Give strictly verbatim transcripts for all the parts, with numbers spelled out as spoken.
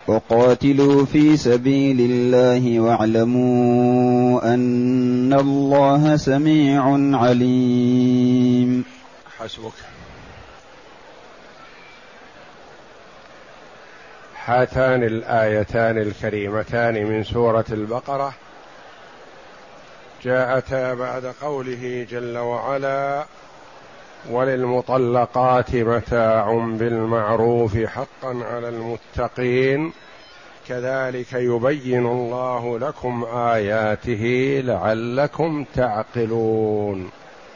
وقاتلوا في سبيل الله واعلموا أن الله سميع عليم. حسبك. هاتان الآيتان الكريمتان من سورة البقرة جاءتا بعد قوله جل وعلا: وللمطلقات متاع بالمعروف حقا على المتقين كذلك يبين الله لكم آياته لعلكم تعقلون.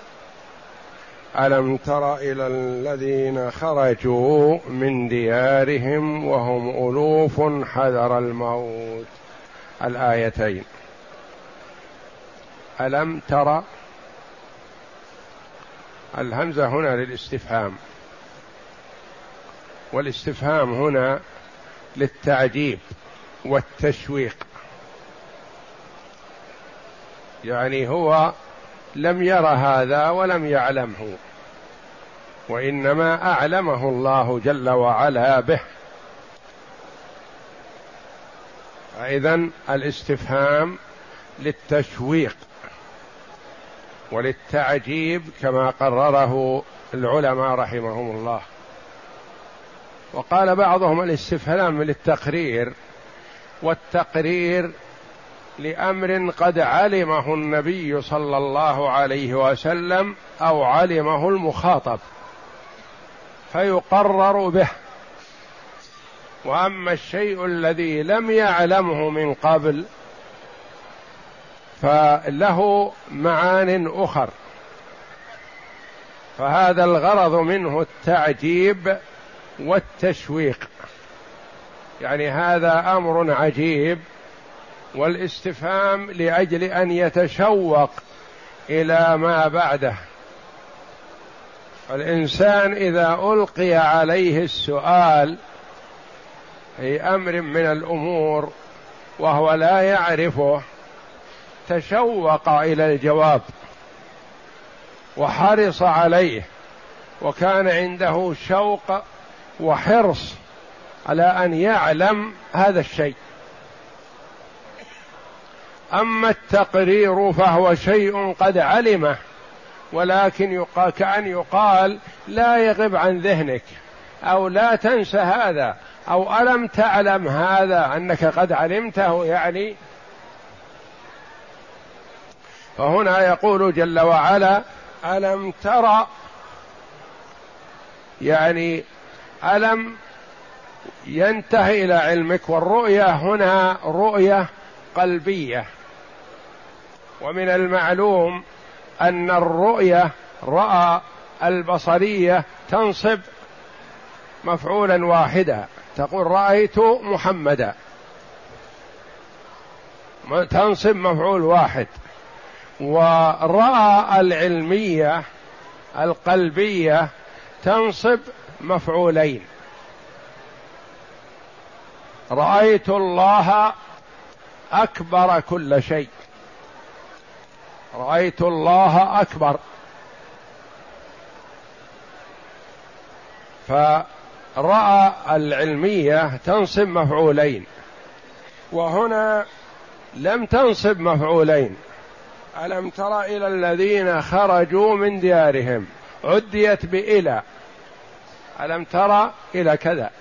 ألم تر إلى الذين خرجوا من ديارهم وهم ألوف حذر الموت. الآيتين. ألم تر، الهمزة هنا للاستفهام، والاستفهام هنا للتعجيب والتشويق، يعني هو لم ير هذا ولم يعلمه، وإنما أعلمه الله جل وعلا به. إذن الاستفهام للتشويق وللتعجيب كما قرره العلماء رحمهم الله. وقال بعضهم الاستفهام للتقرير، والتقرير لأمر قد علمه النبي صلى الله عليه وسلم أو علمه المخاطب فيقرر به. وأما الشيء الذي لم يعلمه من قبل فله معان أخر، فهذا الغرض منه التعجيب والتشويق، يعني هذا أمر عجيب، والاستفهام لأجل أن يتشوق إلى ما بعده. الإنسان إذا ألقي عليه السؤال في أمر من الأمور وهو لا يعرفه تشوق إلى الجواب وحرص عليه، وكان عنده شوق وحرص على أن يعلم هذا الشيء. أما التقرير فهو شيء قد علمه، ولكن يقال كأن يقال لا يغب عن ذهنك، أو لا تنسى هذا، أو ألم تعلم هذا أنك قد علمته يعني. فهنا يقول جل وعلا: ألم ترى، يعني ألم ينتهي إلى علمك. والرؤية هنا رؤية قلبية، ومن المعلوم أن الرؤية رأى البصرية تنصب مفعولا واحدا، تقول رأيت محمدا، تنصب مفعول واحد. ورأى العلمية القلبية تنصب مفعولين. رأيت الله أكبر كل شيء، رأيت الله أكبر، فرأى العلمية تنصب مفعولين، وهنا لم تنصب مفعولين. ألم تر إلى الذين خرجوا من ديارهم، عديت بإلى، ألم تر إلى كذا،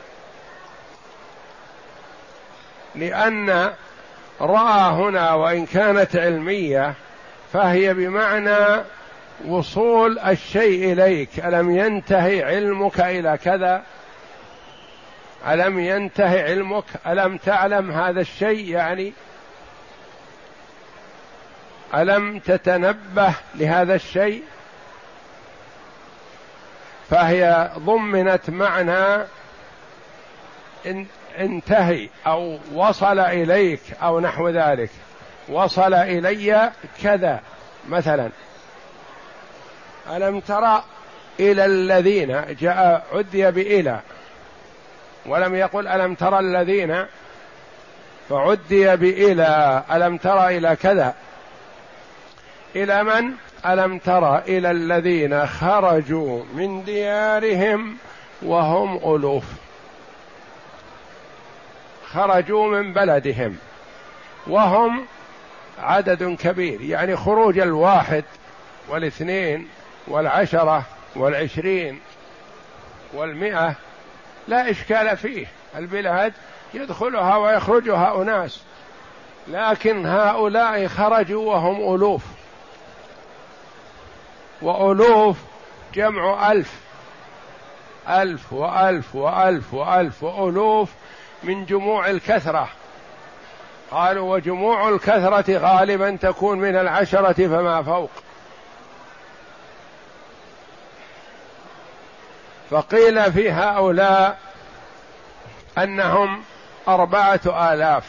لأن رأى هنا وإن كانت علمية فهي بمعنى وصول الشيء إليك. ألم ينتهي علمك إلى كذا، ألم ينتهي علمك، ألم تعلم هذا الشيء، يعني ألم تتنبه لهذا الشيء. فهي ضمنت معنى انتهي أو وصل إليك أو نحو ذلك. وصل إلي كذا مثلا. ألم ترى إلى الذين، جاء عدي بإلى ولم يقل ألم ترى الذين، فعدي بإلى. ألم ترى إلى كذا، إلى من؟ ألم ترى إلى الذين خرجوا من ديارهم وهم ألوف. خرجوا من بلدهم وهم عدد كبير، يعني خروج الواحد والاثنين والعشرة والعشرين والمئة لا إشكال فيه، البلاد يدخلها ويخرجها أناس، لكن هؤلاء خرجوا وهم ألوف، وألوف جمع ألف، ألف وألف وألف وألف وألوف من جموع الكثرة. قالوا وجموع الكثرة غالبا تكون من العشرة فما فوق. فقيل في هؤلاء أنهم أربعة آلاف،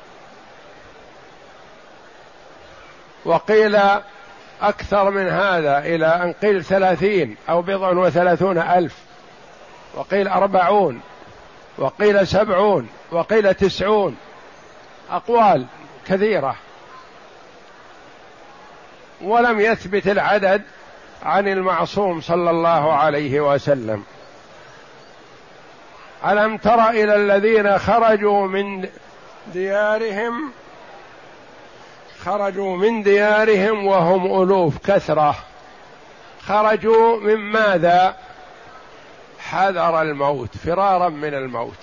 وقيل أكثر من هذا إلى أن قيل ثلاثين أو بضع وثلاثون ألف، وقيل أربعون، وقيل سبعون، وقيل تسعون، أقوال كثيرة، ولم يثبت العدد عن المعصوم صلى الله عليه وسلم. ألم تر إلى الذين خرجوا من ديارهم خرجوا من ديارهم وهم ألوف كثرة، خرجوا من ماذا؟ حذر الموت، فرارا من الموت.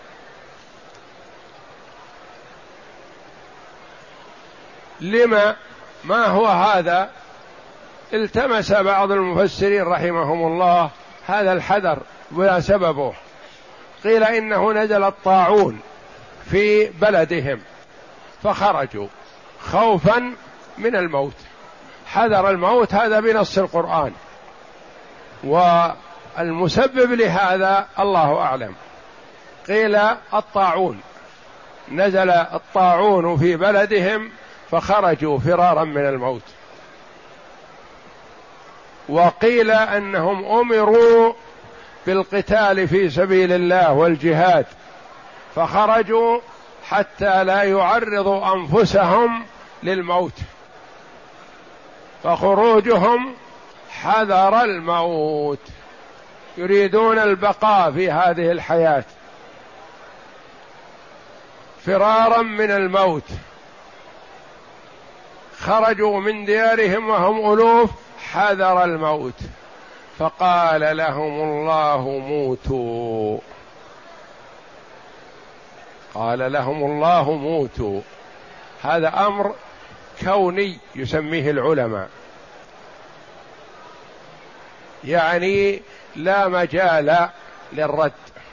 لما؟ ما هو هذا؟ التمس بعض المفسرين رحمهم الله هذا الحذر ولا سببه. قيل إنه نزل الطاعون في بلدهم فخرجوا خوفا من الموت، حذر الموت، هذا بنص القرآن، والمسبب لهذا الله أعلم. قيل الطاعون، نزل الطاعون في بلدهم فخرجوا فرارا من الموت. وقيل أنهم أمروا بالقتال في سبيل الله والجهاد فخرجوا حتى لا يعرضوا أنفسهم للموت، فخروجهم حذر الموت، يريدون البقاء في هذه الحياة فرارا من الموت. خرجوا من ديارهم وهم ألوف حذر الموت، فقال لهم الله موتوا، قال لهم الله موتوا. هذا أمر كوني يسميه العلماء، يعني لا مجال للرد،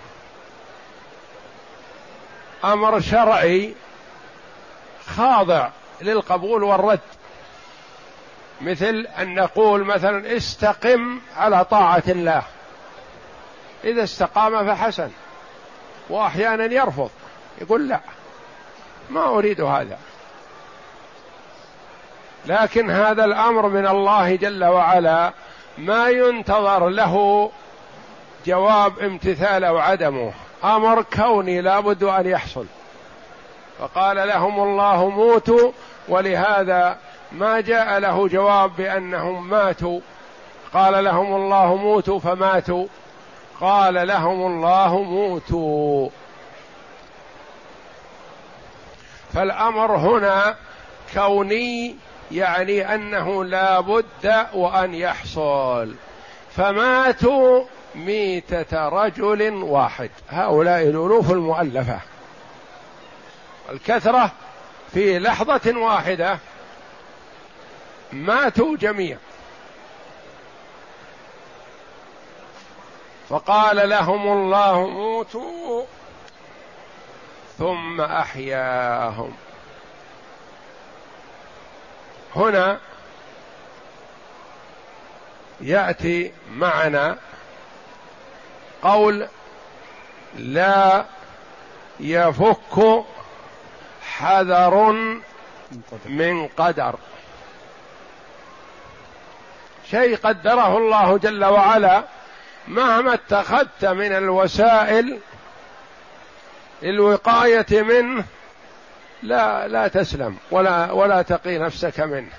أمر شرعي خاضع للقبول والرد، مثل أن نقول مثلا استقم على طاعة الله، إذا استقام فحسن، وأحيانا يرفض يقول لا ما أريد هذا، لكن هذا الأمر من الله جل وعلا ما ينتظر له جواب امتثال أو عدمه، أمر كوني لا بد أن يحصل. فقال لهم الله موتوا، ولهذا ما جاء له جواب بأنهم ماتوا، قال لهم الله موتوا فماتوا، قال لهم الله موتوا. فالأمر هنا كوني، يعني أنه لا بد وأن يحصل، فماتوا ميتة رجل واحد. هؤلاء الألوف المؤلفة الكثرة في لحظة واحدة ماتوا جميعا. فقال لهم الله موتوا ثم أحياهم. هنا يأتي معنا قول لا يفك حذر من قدر، شيء قدره الله جل وعلا مهما اتخذت من الوسائل للوقاية منه لا لا تسلم ولا ولا تقي نفسك منه.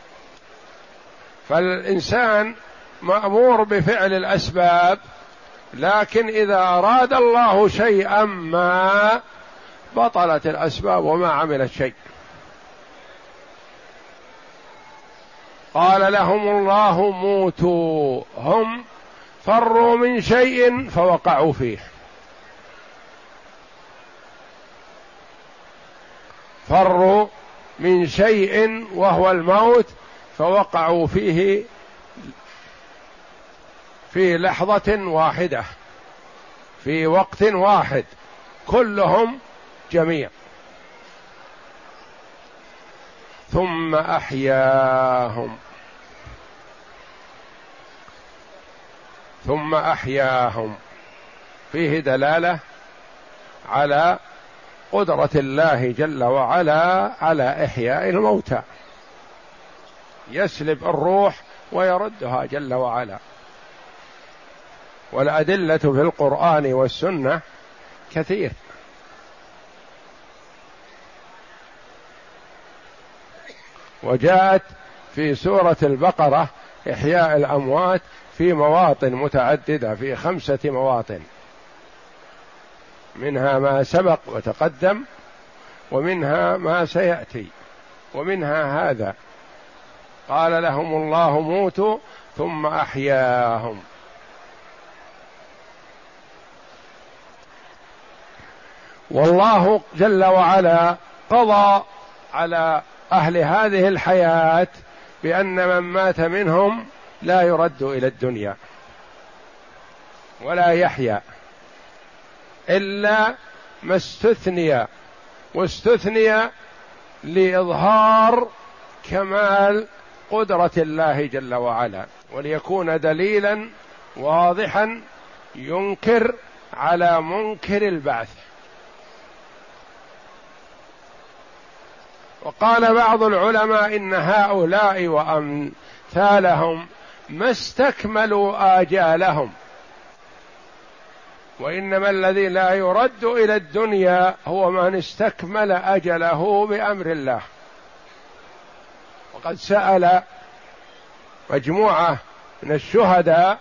فالإنسان مأمور بفعل الأسباب لكن إذا أراد الله شيئا ما بطلت الأسباب وما عملت شيء. قال لهم الله موتوا، هم فروا من شيء فوقعوا فيه، فروا من شيء وهو الموت فوقعوا فيه في لحظة واحدة، في وقت واحد، كلهم جميع. ثم أحياهم، ثم أحياهم فيه دلالة على قدرة الله جل وعلا على إحياء الموتى، يسلب الروح ويردها جل وعلا. والأدلة في القرآن والسنة كثير. وجاءت في سورة البقرة إحياء الأموات في مواطن متعددة، في خمسة مواطن، منها ما سبق وتقدم، ومنها ما سيأتي، ومنها هذا. قال لهم الله موتوا ثم أحياهم. والله جل وعلا قضى على أهل هذه الحياة بأن من مات منهم لا يرد إلى الدنيا ولا يحيا إلا ما استثني، واستثني لإظهار كمال قدرة الله جل وعلا، وليكون دليلا واضحا ينكر على منكر البعث. وقال بعض العلماء إن هؤلاء وأمثالهم ما استكملوا آجالهم، وإنما الذي لا يرد إلى الدنيا هو من استكمل أجله بأمر الله. وقد سأل مجموعة من الشهداء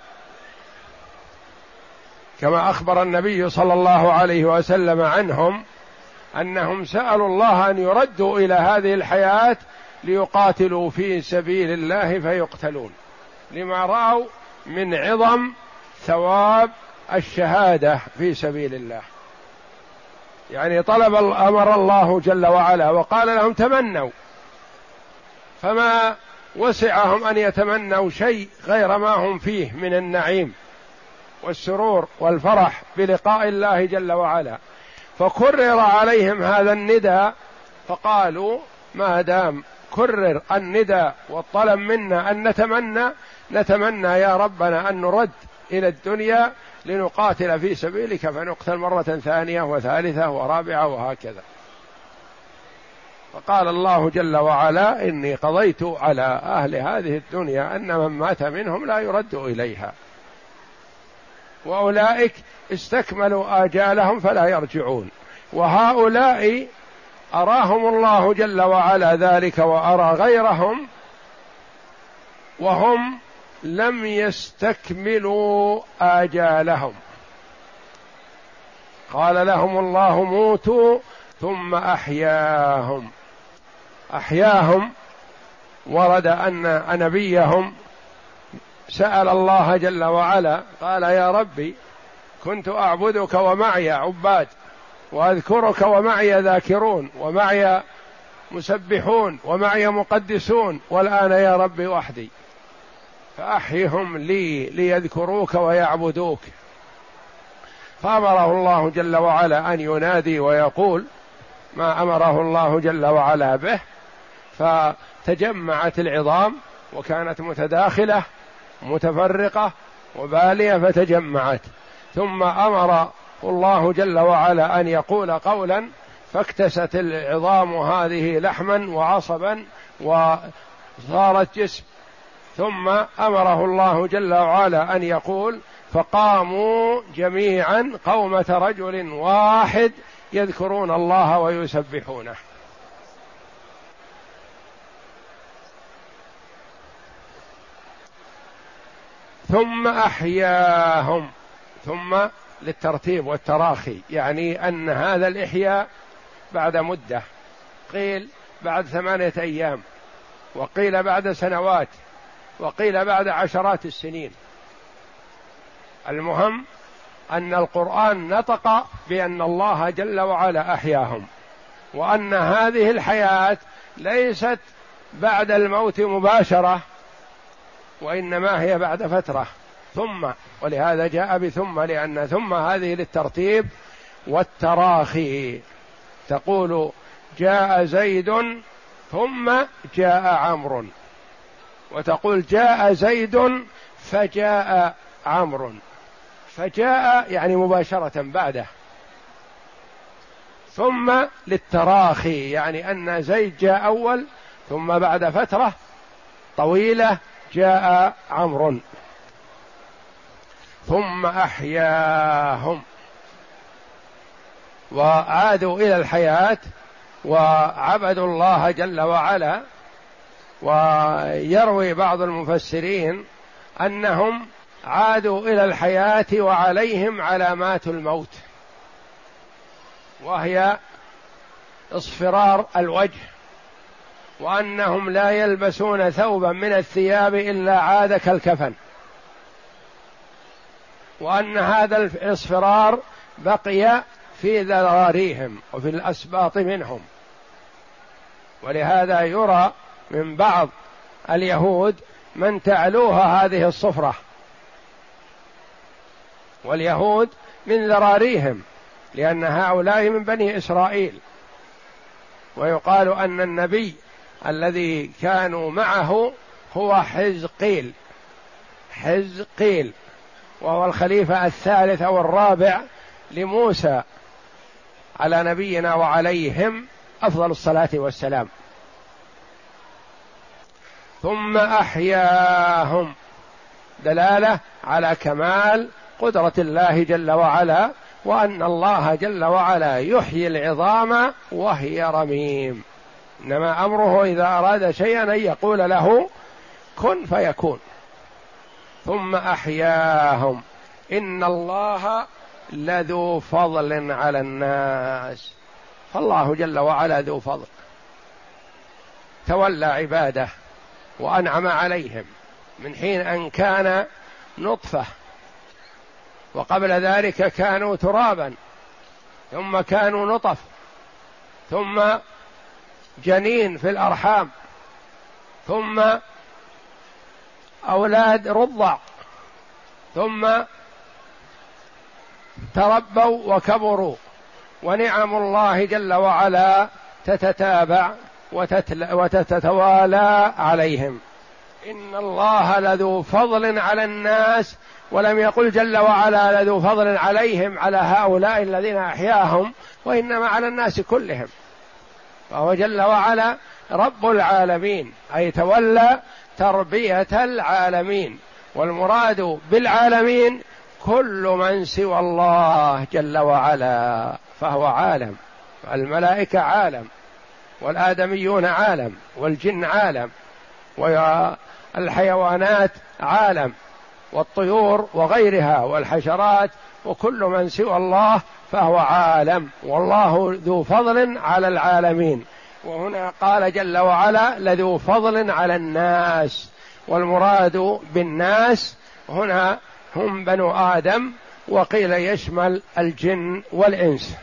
كما أخبر النبي صلى الله عليه وسلم عنهم أنهم سألوا الله أن يردوا إلى هذه الحياة ليقاتلوا في سبيل الله فيقتلون، لما رأوا من عظم ثواب الشهادة في سبيل الله. يعني طلب أمر الله جل وعلا وقال لهم تمنوا، فما وسعهم أن يتمنوا شيء غير ما هم فيه من النعيم والسرور والفرح بلقاء الله جل وعلا. فكرر عليهم هذا النداء، فقالوا ما دام كرر النداء والطلب منا أن نتمنى، نتمنى يا ربنا أن نرد إلى الدنيا لنقاتل في سبيلك فنقتل مرة ثانية وثالثة ورابعة وهكذا. فقال الله جل وعلا إني قضيت على أهل هذه الدنيا أن من مات منهم لا يرد إليها، وأولئك استكملوا آجالهم فلا يرجعون. وهؤلاء أراهم الله جل وعلا ذلك وأرى غيرهم وهم لم يستكملوا آجالهم. قال لهم الله موتوا ثم أحياهم. أحياهم ورد أن نبيهم سأل الله جل وعلا قال يا ربي كنت أعبدك ومعي عباد، وأذكرك ومعي ذاكرون، ومعي مسبحون، ومعي مقدسون، والآن يا ربي وحدي، فأحيهم لي ليذكروك ويعبدوك. فأمره الله جل وعلا أن ينادي ويقول ما أمره الله جل وعلا به، فتجمعت العظام وكانت متداخلة متفرقة وبالية فتجمعت، ثم أمر الله جل وعلا أن يقول قولا فاكتست العظام هذه لحما وعصبا وصارت جسم، ثم أمره الله جل وعلا أن يقول فقاموا جميعا قومة رجل واحد يذكرون الله ويسبحونه. ثم أحياهم ثم للترتيب والتراخي، يعني أن هذا الإحياء بعد مدة، قيل بعد ثمانية أيام، وقيل بعد سنوات، وقيل بعد عشرات السنين. المهم أن القرآن نطق بأن الله جل وعلا أحياهم، وأن هذه الحياة ليست بعد الموت مباشرة، وإنما هي بعد فترة. ثم، ولهذا جاء بثم، لأن ثم هذه للترتيب والتراخي. تقول جاء زيد ثم جاء عمرو، وتقول جاء زيد فجاء عمرو، فجاء يعني مباشرة بعده. ثم للتراخي، يعني أن زيد جاء أول، ثم بعد فترة طويلة جاء عمرو. ثم أحياهم، وعادوا إلى الحياة وعبدوا الله جل وعلا. ويروي بعض المفسرين أنهم عادوا إلى الحياة وعليهم علامات الموت، وهي اصفرار الوجه، وأنهم لا يلبسون ثوبا من الثياب إلا عاد كالكفن، وأن هذا الاصفرار بقي في ذراريهم وفي الأسباط منهم. ولهذا يرى من بعض اليهود من تعلوها هذه الصفرة، واليهود من ذراريهم، لأن هؤلاء من بني إسرائيل. ويقال أن النبي الذي كانوا معه هو حزقيل، حزقيل وهو الخليفة الثالث أو الرابع لموسى على نبينا وعليهم أفضل الصلاة والسلام. ثم أحياهم، دلالة على كمال قدرة الله جل وعلا، وأن الله جل وعلا يحيي العظام وهي رميم. إنما أمره إذا أراد شيئا أن يقول له كن فيكون. ثم أحياهم، إن الله لذو فضل على الناس، فالله جل وعلا ذو فضل، تولى عباده وأنعم عليهم من حين أن كان نطفة، وقبل ذلك كانوا ترابا، ثم كانوا نطف، ثم جنين في الأرحام، ثم أولاد رضع، ثم تربوا وكبروا. ونعم الله جل وعلا تتتابع وتتوالى عليهم. إن الله لذو فضل على الناس، ولم يقل جل وعلا لذو فضل عليهم على هؤلاء الذين أحياهم، وإنما على الناس كلهم. فهو جل وعلا رب العالمين، أي تولى تربية العالمين، والمراد بالعالمين كل من سوى الله جل وعلا، فهو عالم. الملائكة عالم، والآدميون عالم، والجن عالم، والحيوانات عالم، والطيور وغيرها، والحشرات، وكل من سوى الله فهو عالم، والله ذو فضل على العالمين. وهنا قال جل وعلا لذو فضل على الناس، والمراد بالناس هنا هم بنو آدم، وقيل يشمل الجن والإنس.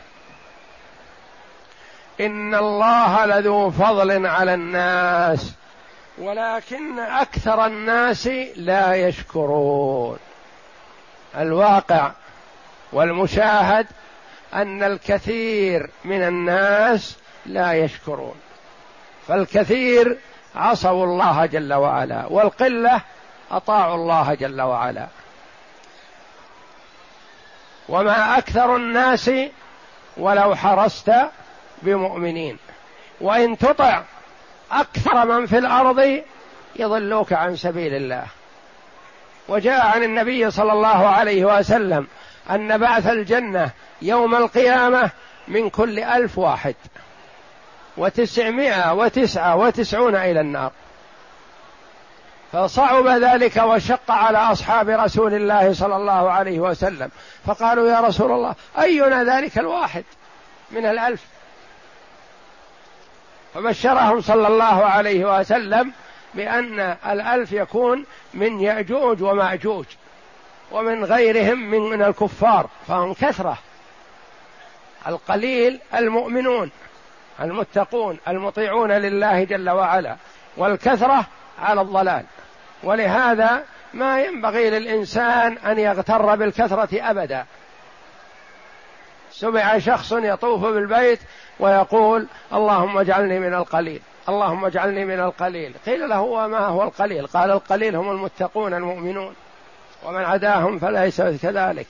إن الله لذو فضل على الناس ولكن أكثر الناس لا يشكرون. الواقع والمشاهد أن الكثير من الناس لا يشكرون، فالكثير عصوا الله جل وعلا، والقلة أطاعوا الله جل وعلا. وما أكثر الناس ولو حرصت بمؤمنين، وإن تطع أكثر من في الأرض يضلوك عن سبيل الله. وجاء عن النبي صلى الله عليه وسلم أن بعث الجنة يوم القيامة من كل ألف واحد وتسعمائة وتسعة وتسعون إلى النار. فصعب ذلك وشق على أصحاب رسول الله صلى الله عليه وسلم، فقالوا يا رسول الله أينا ذلك الواحد من الألف؟ فبشرهم صلى الله عليه وسلم بأن الألف يكون من يأجوج ومأجوج ومن غيرهم من الكفار، فهم كثرة. القليل المؤمنون المتقون المطيعون لله جل وعلا، والكثرة على الضلال. ولهذا ما ينبغي للإنسان أن يغتر بالكثرة أبدا. سمع شخص يطوف بالبيت ويقول اللهم اجعلني من القليل، اللهم اجعلني من القليل. قيل له وما هو القليل؟ قال القليل هم المتقون المؤمنون، ومن عداهم فليس كذلك.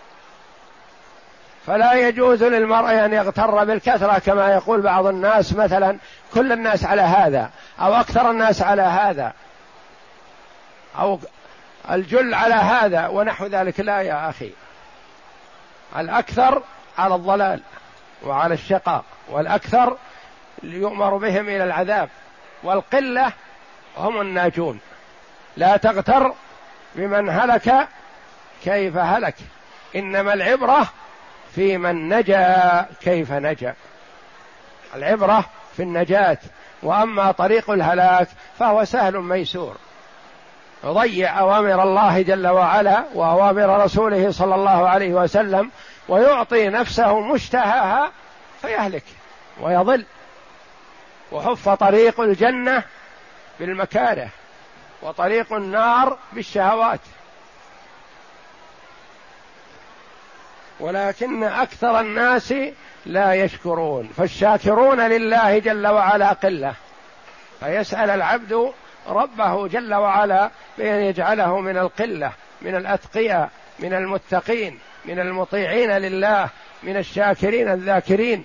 فلا يجوز للمرء أن يغتر بالكثرة كما يقول بعض الناس، مثلا كل الناس على هذا، أو أكثر الناس على هذا، أو الجل على هذا ونحو ذلك. لا يا أخي، الأكثر على الضلال وعلى الشقاء، والأكثر يؤمر بهم إلى العذاب، والقلة هم الناجون. لا تغتر بمن هلك كيف هلك، إنما العبرة في من نجا كيف نجا. العبرة في النجاة، وأما طريق الهلاك فهو سهل ميسور. يضيع أوامر الله جل وعلا وأوامر رسوله صلى الله عليه وسلم، ويعطي نفسه مشتهاها فيهلك ويضل. وحف طريق الجنة بالمكاره، وطريق النار بالشهوات. ولكن أكثر الناس لا يشكرون، فالشاكرون لله جل وعلا قلة. فيسأل العبد ربه جل وعلا بأن يجعله من القلة، من الأتقياء، من المتقين، من المطيعين لله، من الشاكرين الذاكرين.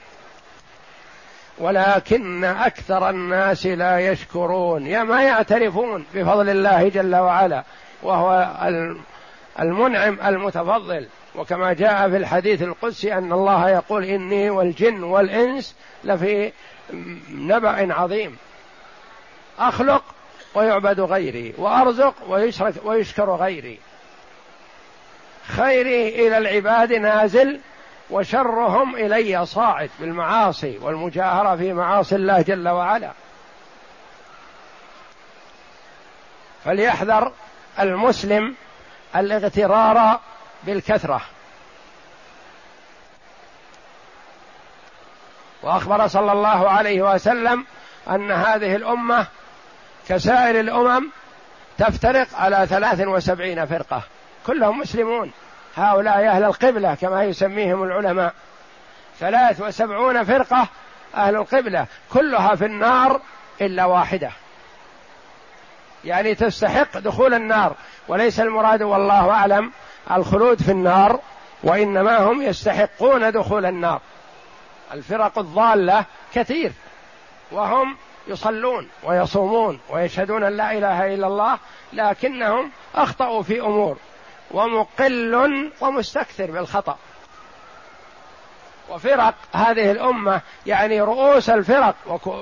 ولكن أكثر الناس لا يشكرون، يا ما يعترفون بفضل الله جل وعلا، وهو المنعم المتفضل. وكما جاء في الحديث القدسي أن الله يقول إني والجن والإنس لفي نبأ عظيم، أخلق ويعبد غيري، وأرزق ويشرك ويشكر غيري. خيري إلى العباد نازل، وشرهم إلي صاعد بالمعاصي والمجاهرة في معاصي الله جل وعلا. فليحذر المسلم الاغترار بالكثرة. وأخبر صلى الله عليه وسلم أن هذه الأمة كسائر الأمم تفترق على ثلاث وسبعين فرقة، كلهم مسلمون، هؤلاء أهل القبلة كما يسميهم العلماء، ثلاث وسبعون فرقة أهل القبلة، كلها في النار إلا واحدة، يعني تستحق دخول النار. وليس المراد والله أعلم الخلود في النار، وإنما هم يستحقون دخول النار. الفرق الضالة كثير، وهم يصلون ويصومون ويشهدون أن لا إله إلا الله، لكنهم أخطأوا في أمور، ومقل ومستكثر بالخطأ. وفرق هذه الأمة يعني رؤوس الفرق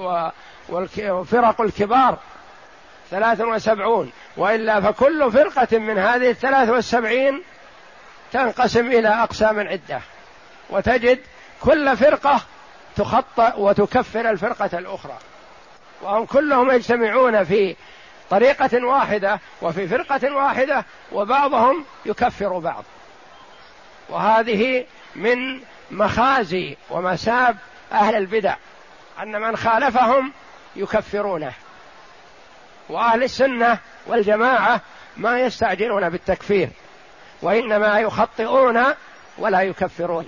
وفرق الكبار ثلاث وسبعون، وإلا فكل فرقة من هذه الثلاث والسبعين تنقسم إلى أقسام عدة، وتجد كل فرقة تخطأ وتكفر الفرقة الأخرى، وهم كلهم يجتمعون في طريقة واحدة وفي فرقة واحدة، وبعضهم يكفر بعض. وهذه من مخازي ومساب أهل البدع، أن من خالفهم يكفرونه. وأهل السنة والجماعة ما يستعجلون بالتكفير، وإنما يخطئون ولا يكفرون.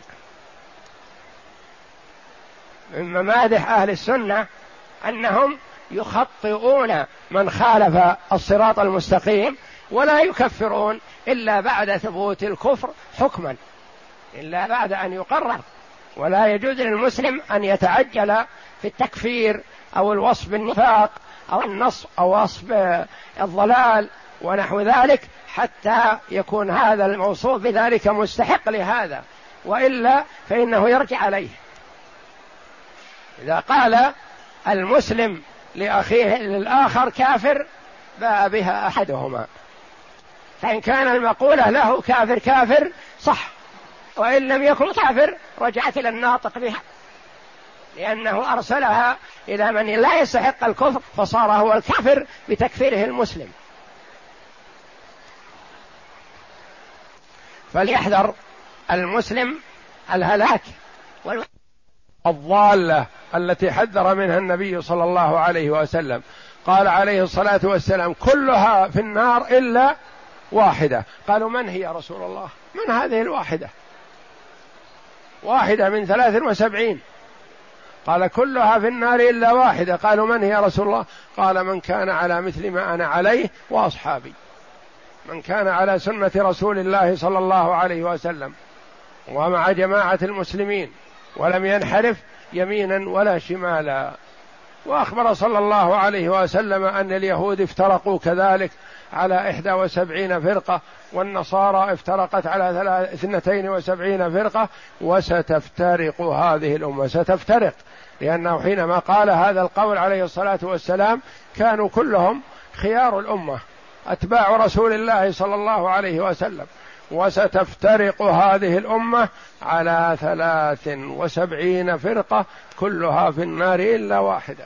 من ممادح أهل السنة أنهم يخطئون من خالف الصراط المستقيم، ولا يكفرون إلا بعد ثبوت الكفر حكما، إلا بعد أن يقرر. ولا يجوز للمسلم أن يتعجل في التكفير أو الوصف بالنفاق أو النصب أو وصف الضلال ونحو ذلك، حتى يكون هذا الموصوف بذلك مستحق لهذا، وإلا فإنه يرجع عليه. إذا قال المسلم لأخيه للآخر كافر، باء بها أحدهما، فإن كان المقولة له كافر كافر صح، وإن لم يكن كافر رجعت إلى الناطق بها، لأنه أرسلها إلى من لا يستحق الكفر فصار هو الكافر بتكفيره المسلم. فليحذر المسلم الهلاك والضالة التي حذر منها النبي صلى الله عليه وسلم. قال عليه الصلاة والسلام كلها في النار إلا واحدة. قالوا من هي يا رسول الله؟ من هذه الواحدة؟ واحدة من ثلاث وسبعين. قال كلها في النار إلا واحدة. قالوا من هي يا رسول الله؟ قال من كان على مثل ما أنا عليه وأصحابي، من كان على سنة رسول الله صلى الله عليه وسلم ومع جماعة المسلمين ولم ينحرف يمينا ولا شمالا. وأخبر صلى الله عليه وسلم أن اليهود افترقوا كذلك على إحدى وسبعين فرقة، والنصارى افترقت على اثنتين وسبعين فرقة، وستفترق هذه الأمة. ستفترق لأنه حينما قال هذا القول عليه الصلاة والسلام كانوا كلهم خيار الأمة أتباع رسول الله صلى الله عليه وسلم، وستفترق هذه الأمة على ثلاث وسبعين فرقة كلها في النار إلا واحدة،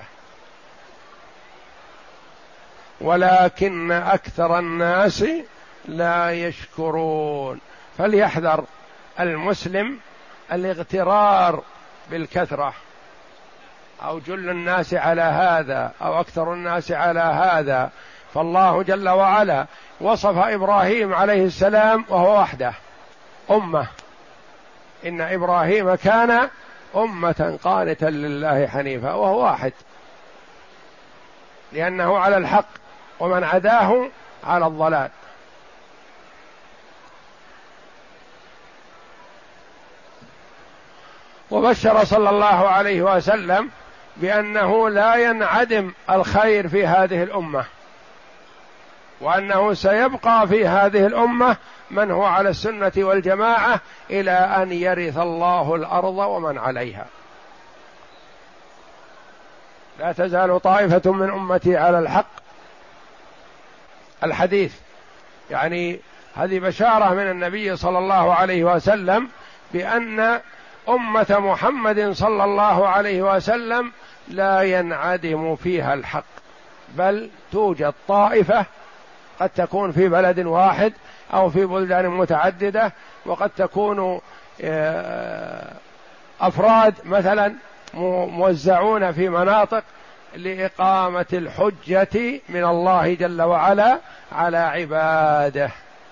ولكن أكثر الناس لا يشكرون. فليحذر المسلم الاغترار بالكثرة، أو جل الناس على هذا أو أكثر الناس على هذا. فالله جل وعلا وصف إبراهيم عليه السلام وهو وحده أمة، إن إبراهيم كان أمة قانتا لله حنيفا، وهو واحد لأنه على الحق، ومن عداه على الضلال. وبشر صلى الله عليه وسلم بأنه لا ينعدم الخير في هذه الأمة، وأنه سيبقى في هذه الأمة من هو على السنة والجماعة إلى أن يرث الله الأرض ومن عليها. لا تزال طائفة من أمتي على الحق. الحديث يعني هذه بشارة من النبي صلى الله عليه وسلم بأن أمة محمد صلى الله عليه وسلم لا ينعدم فيها الحق، بل توجد طائفة قد تكون في بلد واحد أو في بلدان متعددة، وقد تكون أفراد مثلا موزعون في مناطق لإقامة الحجة من الله جل وعلا على عباده،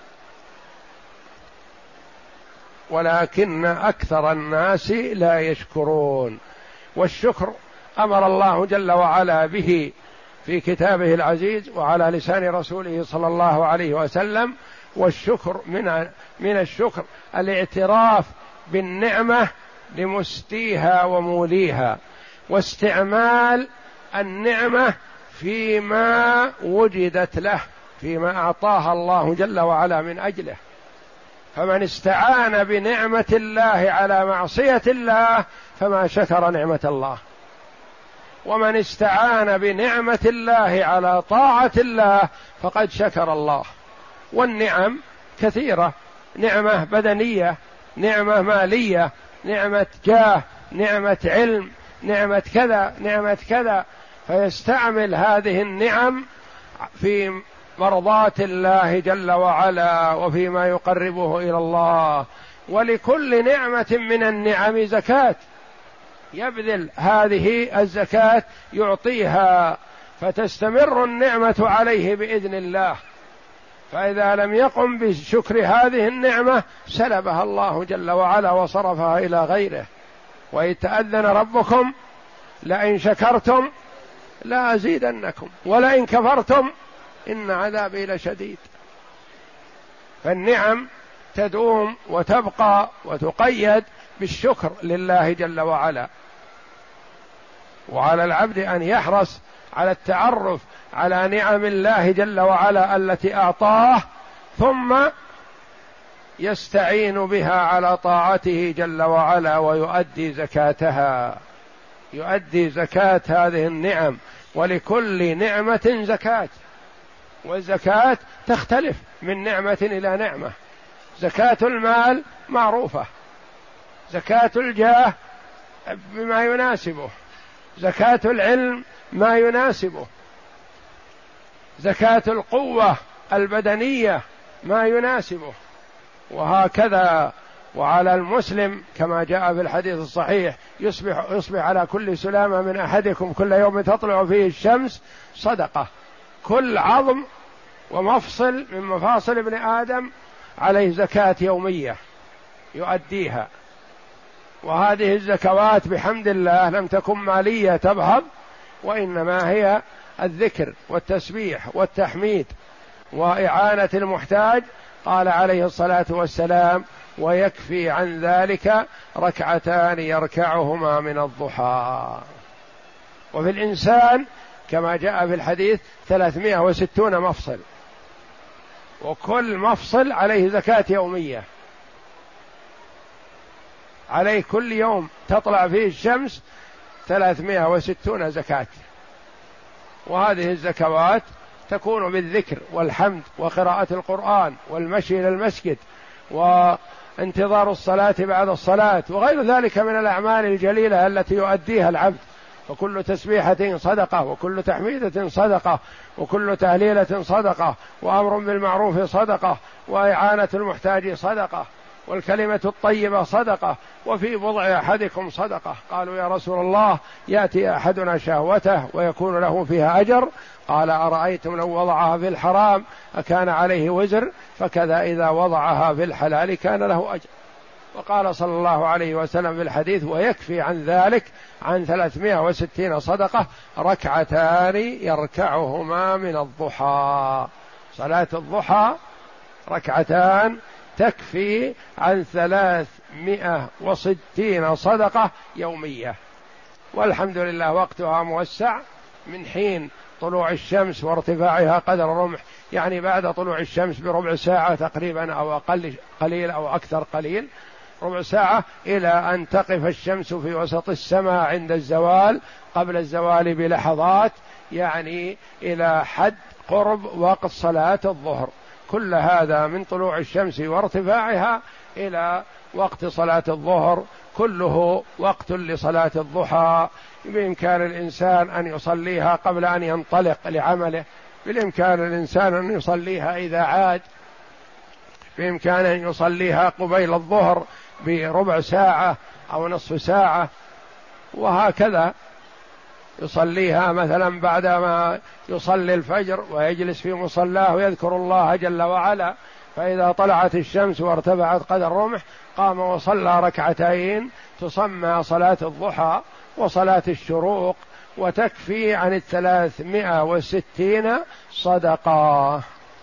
ولكن أكثر الناس لا يشكرون. والشكر أمر الله جل وعلا به في كتابه العزيز وعلى لسان رسوله صلى الله عليه وسلم. والشكر من من الشكر الاعتراف بالنعمة لمستيها وموليها، واستعمال النعمة فيما وجدت له، فيما أعطاها الله جل وعلا من أجله. فمن استعان بنعمة الله على معصية الله فما شكر نعمة الله، ومن استعان بنعمة الله على طاعة الله فقد شكر الله. والنعم كثيرة، نعمة بدنية، نعمة مالية، نعمة جاه، نعمة علم، نعمة كذا، نعمة كذا، فيستعمل هذه النعم في مرضاة الله جل وعلا وفيما يقربه إلى الله. ولكل نعمة من النعم زكاة، يبذل هذه الزكاة يعطيها فتستمر النعمة عليه بإذن الله. فإذا لم يقم بشكر هذه النعمة سلبها الله جل وعلا وصرفها إلى غيره. وإذ تأذن ربكم لئن شكرتم لأزيدنكم ولئن كفرتم إن عذابي لشديد. فالنعم تدوم وتبقى وتقيد بالشكر لله جل وعلا، وعلى العبد أن يحرص على التعرف على نعم الله جل وعلا التي أعطاه، ثم يستعين بها على طاعته جل وعلا ويؤدي زكاتها، يؤدي زكاة هذه النعم. ولكل نعمة زكاة، والزكاة تختلف من نعمة إلى نعمة. زكاة المال معروفة، زكاة الجاه بما يناسبه، زكاة العلم ما يناسبه، زكاة القوة البدنية ما يناسبه، وهكذا. وعلى المسلم كما جاء في الحديث الصحيح يصبح, يصبح على كل سلامة من أحدكم كل يوم تطلع فيه الشمس صدقة. كل عظم ومفصل من مفاصل ابن آدم عليه زكاة يومية يؤديها. وهذه الزكوات بحمد الله لم تكن مالية تبهض، وإنما هي الذكر والتسبيح والتحميد وإعانة المحتاج. قال عليه الصلاة والسلام: ويكفي عن ذلك ركعتان يركعهما من الضحى. وفي الإنسان كما جاء في الحديث ثلاثمائة وستون مفصل، وكل مفصل عليه زكاة يومية، عليه كل يوم تطلع فيه الشمس ثلاثمائة وستون زكاة. وهذه الزكوات تكون بالذكر والحمد وقراءة القرآن والمشي إلى المسجد وانتظار الصلاة بعد الصلاة وغير ذلك من الأعمال الجليلة التي يؤديها العبد. وكل تسبيحة صدقة، وكل تحميدة صدقة، وكل تهليلة صدقة، وأمر بالمعروف صدقة، وإعانة المحتاج صدقة، والكلمة الطيبة صدقة، وفي بضع أحدكم صدقة. قالوا: يا رسول الله، يأتي أحدنا شهوته ويكون له فيها أجر؟ قال: أرأيتم لو وضعها في الحرام أكان عليه وزر؟ فكذا إذا وضعها في الحلال كان له أجر. وقال صلى الله عليه وسلم في الحديث: ويكفي عن ذلك عن ثلاثمائة وستين صدقة ركعتان يركعهما من الضحى. صلاة الضحى ركعتان تكفي عن ثلاثمائة وستين صدقة يومية. والحمد لله وقتها موسع من حين طلوع الشمس وارتفاعها قدر الرمح، يعني بعد طلوع الشمس بربع ساعة تقريبا أو أقل قليل أو أكثر قليل، ربع ساعة، إلى أن تقف الشمس في وسط السماء عند الزوال قبل الزوال بلحظات، يعني إلى حد قرب وقت صلاة الظهر. كل هذا من طلوع الشمس وارتفاعها إلى وقت صلاة الظهر كله وقت لصلاة الضحى. بإمكان الإنسان أن يصليها قبل أن ينطلق لعمله، بالإمكان الإنسان أن يصليها إذا عاد، بإمكان أن يصليها قبيل الظهر بربع ساعة أو نصف ساعة، وهكذا يصليها مثلا بعدما يصلي الفجر ويجلس في مصلاه ويذكر الله جل وعلا، فإذا طلعت الشمس وارتفعت قدر الرمح قام وصلى ركعتين تسمى صلاة الضحى وصلاة الشروق، وتكفي عن الثلاثمائة وستين صدقة.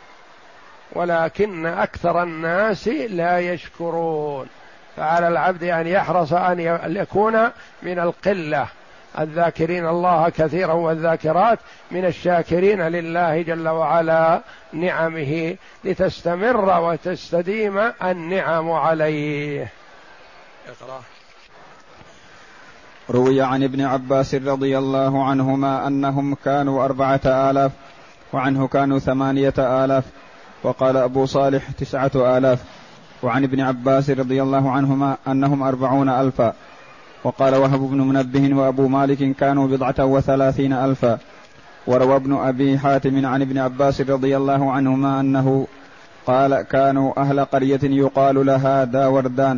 ولكن أكثر الناس لا يشكرون، فعلى العبد أن يحرص أن يكون من القلة الذاكرين الله كثيرا والذاكرات، من الشاكرين لله جل وعلا نعمه، لتستمر وتستديم النعم عليه. اقرأ. روي عن ابن عباس رضي الله عنهما أنهم كانوا أربعة آلاف، وعنه كانوا ثمانية آلاف، وقال أبو صالح تسعة آلاف. وعن ابن عباس رضي الله عنهما أنهم أربعون ألفا، وقال وهب بن منبه وأبو مالك كانوا بضعة وثلاثين ألفا. وروى ابن أبي حاتم عن ابن عباس رضي الله عنهما أنه قال كانوا أهل قرية يقال لها داوردان.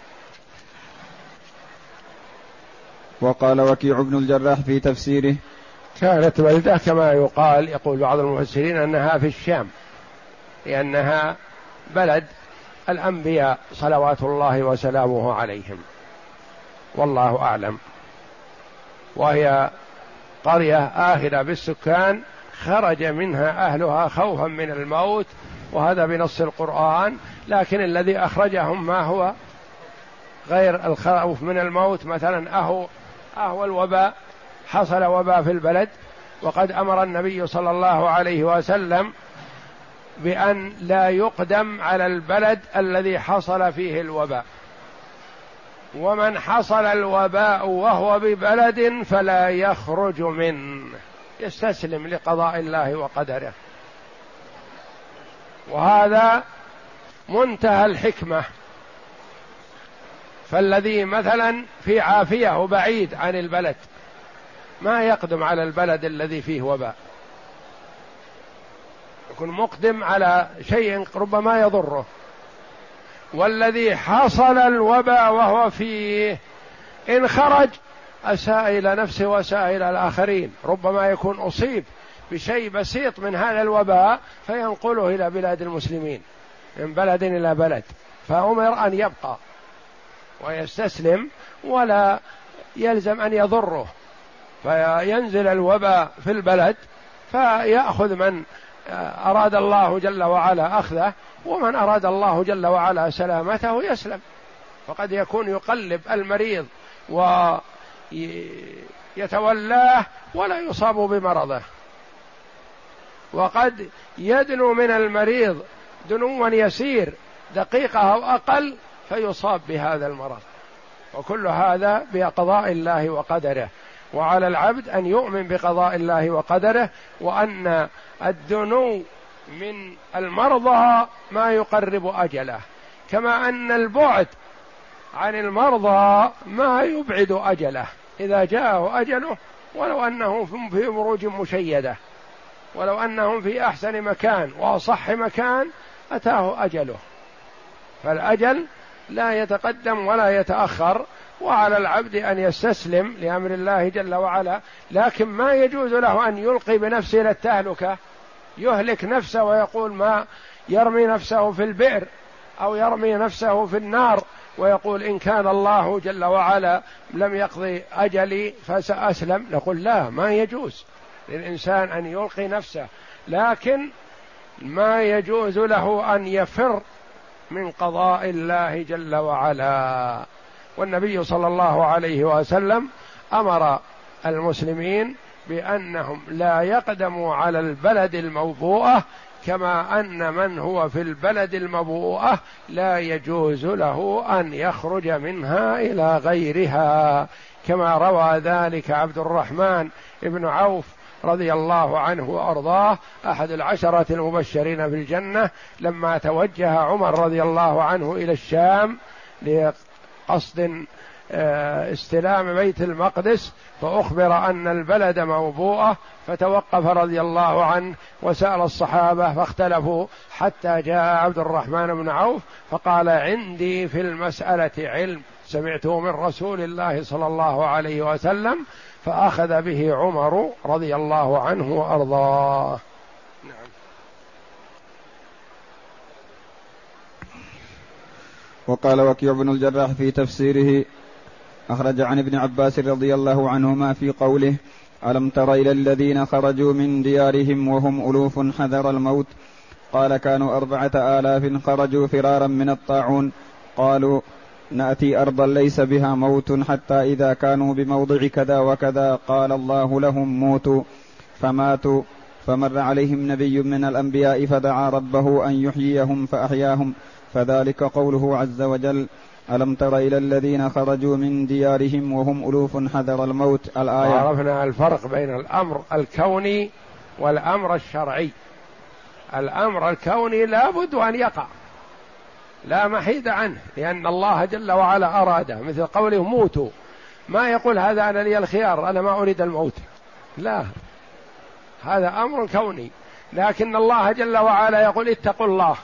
وقال وكيع بن الجراح في تفسيره كانت بلدة كما يقال، يقول بعض المفسرين أنها في الشام، لأنها بلد الأنبياء صلوات الله وسلامه عليهم، والله أعلم. وهي قرية آخرة بالسكان خرج منها أهلها خوفا من الموت، وهذا بنص القرآن، لكن الذي أخرجهم ما هو غير الخوف من الموت. مثلا أهو أهو الوباء، حصل وباء في البلد، وقد أمر النبي صلى الله عليه وسلم بأن لا يقدم على البلد الذي حصل فيه الوباء، ومن حصل الوباء وهو ببلد فلا يخرج منه، يستسلم لقضاء الله وقدره. وهذا منتهى الحكمة. فالذي مثلا في عافية وبعيد عن البلد ما يقدم على البلد الذي فيه وباء، يكون مقدم على شيء ربما يضره. والذي حصل الوباء وهو فيه إن خرج أساء إلى نفسه وأساء إلى الآخرين، ربما يكون أصيب بشيء بسيط من هذا الوباء فينقله إلى بلاد المسلمين من بلد إلى بلد، فأمر أن يبقى ويستسلم ولا يلزم أن يضره، فينزل الوباء في البلد فيأخذ من أراد الله جل وعلا أخذه، ومن أراد الله جل وعلا سلامته يسلم. فقد يكون يقلب المريض ويتولاه ولا يصاب بمرضه، وقد يدنو من المريض دنوا يسير دقيقة أو أقل فيصاب بهذا المرض، وكل هذا بقضاء الله وقدره. وعلى العبد أن يؤمن بقضاء الله وقدره، وأن الدنو من المرضى ما يقرب أجله، كما أن البعد عن المرضى ما يبعد أجله. إذا جاءه أجله ولو أنهم في بروج مشيدة، ولو أنهم في أحسن مكان وأصح مكان أتاه أجله، فالأجل لا يتقدم ولا يتأخر، وعلى العبد أن يستسلم لأمر الله جل وعلا. لكن ما يجوز له أن يلقي بنفسه إلى التهلكة، يهلك نفسه ويقول ما يرمي نفسه في البئر أو يرمي نفسه في النار ويقول إن كان الله جل وعلا لم يقضي أجلي فسأسلم. نقول لا، ما يجوز للإنسان أن يلقي نفسه، لكن ما يجوز له أن يفر من قضاء الله جل وعلا. والنبي صلى الله عليه وسلم أمر المسلمين بأنهم لا يقدموا على البلد الموبوءة، كما أن من هو في البلد الموبوءة لا يجوز له أن يخرج منها إلى غيرها، كما روى ذلك عبد الرحمن بن عوف رضي الله عنه وأرضاه أحد العشرة المبشرين بالجنة، لما توجه عمر رضي الله عنه إلى الشام لقصد استلام بيت المقدس، فأخبر أن البلد موبوءة، فتوقف رضي الله عنه وسأل الصحابة فاختلفوا، حتى جاء عبد الرحمن بن عوف فقال عندي في المسألة علم سمعته من رسول الله صلى الله عليه وسلم، فأخذ به عمر رضي الله عنه وأرضاه. نعم. وقال وكيع بن الجراح في تفسيره: أخرج عن ابن عباس رضي الله عنهما في قوله: ألم تر إلى الذين خرجوا من ديارهم وهم ألوف حذر الموت، قال كانوا أربعة آلاف خرجوا فرارا من الطاعون، قالوا نأتي أرضا ليس بها موت، حتى إذا كانوا بموضع كذا وكذا قال الله لهم موتوا، فماتوا، فمر عليهم نبي من الأنبياء فدعا ربه أن يحييهم فأحياهم، فذلك قوله عز وجل: ألم تر إلى الذين خرجوا من ديارهم وهم ألوف حذر الموت. الآية. عرفنا الفرق بين الأمر الكوني والأمر الشرعي. الأمر الكوني لا بد أن يقع، لا محيد عنه، لأن الله جل وعلا أراده، مثل قوله موتوا، ما يقول هذا أنا لي الخيار أنا ما أريد الموت، لا، هذا أمر كوني. لكن الله جل وعلا يقول اتقوا الله،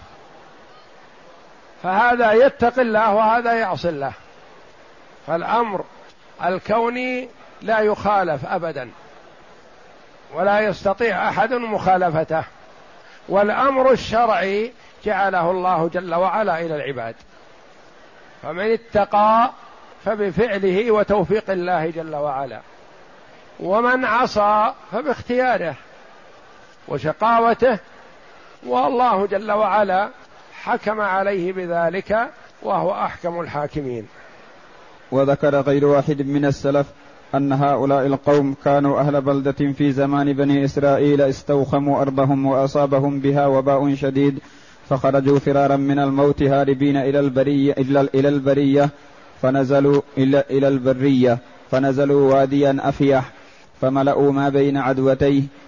فهذا يتقي الله وهذا يعصي الله. فالأمر الكوني لا يخالف أبدا ولا يستطيع أحد مخالفته، والأمر الشرعي جعله الله جل وعلا إلى العباد، فمن اتقى فبفعله وتوفيق الله جل وعلا، ومن عصى فباختياره وشقاوته، والله جل وعلا حكم عليه بذلك وهو أحكم الحاكمين. وذكر غير واحد من السلف أن هؤلاء القوم كانوا أهل بلدة في زمان بني إسرائيل استوخموا أرضهم وأصابهم بها وباء شديد، فخرجوا فرارا من الموت هاربين إلى البرية, إلى البرية فنزلوا إلى, إلى البرية فنزلوا واديا أفيح، فملأوا ما بين عدوتيه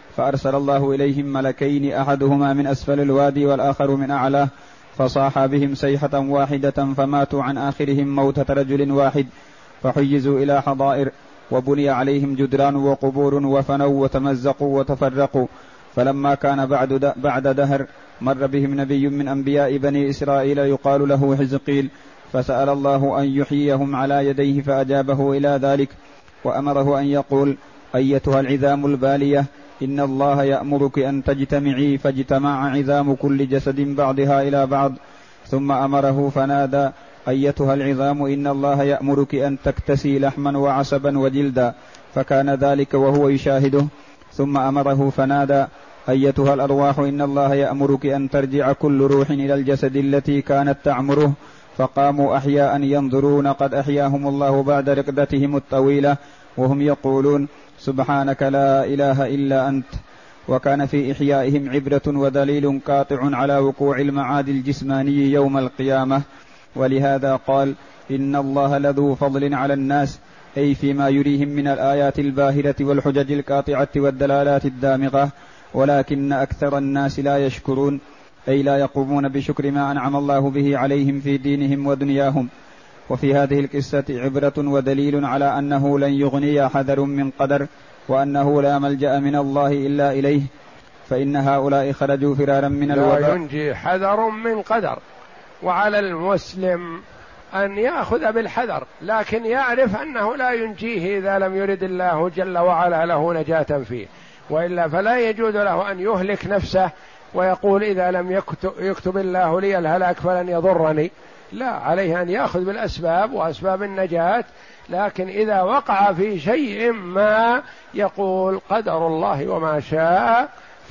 فأرسل الله إليهم ملكين أحدهما من أسفل الوادي والآخر من أعلاه، فصاح بهم صيحة واحدة فماتوا عن آخرهم موتة رجل واحد، فحيزوا إلى حضائر وبني عليهم جدران وقبور وفنوا وتمزقوا وتفرقوا. فلما كان بعد بعد دهر مر بهم نبي من أنبياء بني إسرائيل يقال له حزقيل، فسأل الله أن يحييهم على يديه فأجابه إلى ذلك، وأمره أن يقول: أيتها العظام البالية إن الله يأمرك أن تجتمعي، فاجتمع عظام كل جسد بعضها إلى بعض. ثم أمره فنادى: أيتها العظام إن الله يأمرك أن تكتسي لحما وعصبا وجلدا، فكان ذلك وهو يشاهده. ثم أمره فنادى: أيتها الأرواح إن الله يأمرك أن ترجع كل روح إلى الجسد التي كانت تعمره، فقاموا أحياء ينظرون قد أحياهم الله بعد رقدتهم الطويلة وهم يقولون: سبحانك لا إله إلا أنت. وكان في إحيائهم عبرة ودليل قاطع على وقوع المعاد الجسماني يوم القيامة. ولهذا قال: إن الله لذو فضل على الناس، أي فيما يريهم من الآيات الباهرة والحجج القاطعة والدلالات الدامغة، ولكن أكثر الناس لا يشكرون، أي لا يقومون بشكر ما أنعم الله به عليهم في دينهم ودنياهم. وفي هذه القصة عبرة ودليل على أنه لن يغني حذر من قدر، وأنه لا ملجأ من الله إلا إليه، فإن هؤلاء خرجوا فرارا من الوباء. لا ينجي حذر من قدر، وعلى المسلم أن يأخذ بالحذر، لكن يعرف أنه لا ينجيه إذا لم يرد الله جل وعلا له نجاة فيه، وإلا فلا يجوز له أن يهلك نفسه ويقول إذا لم يكتب, يكتب الله لي الهلاك فلن يضرني. لا، عليه أن يأخذ بالأسباب وأسباب النجاة، لكن إذا وقع في شيء ما يقول قدر الله وما شاء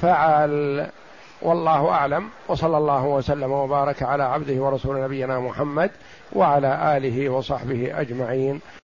فعل. والله أعلم، وصلى الله وسلم وبارك على عبده ورسول نبينا محمد وعلى آله وصحبه أجمعين.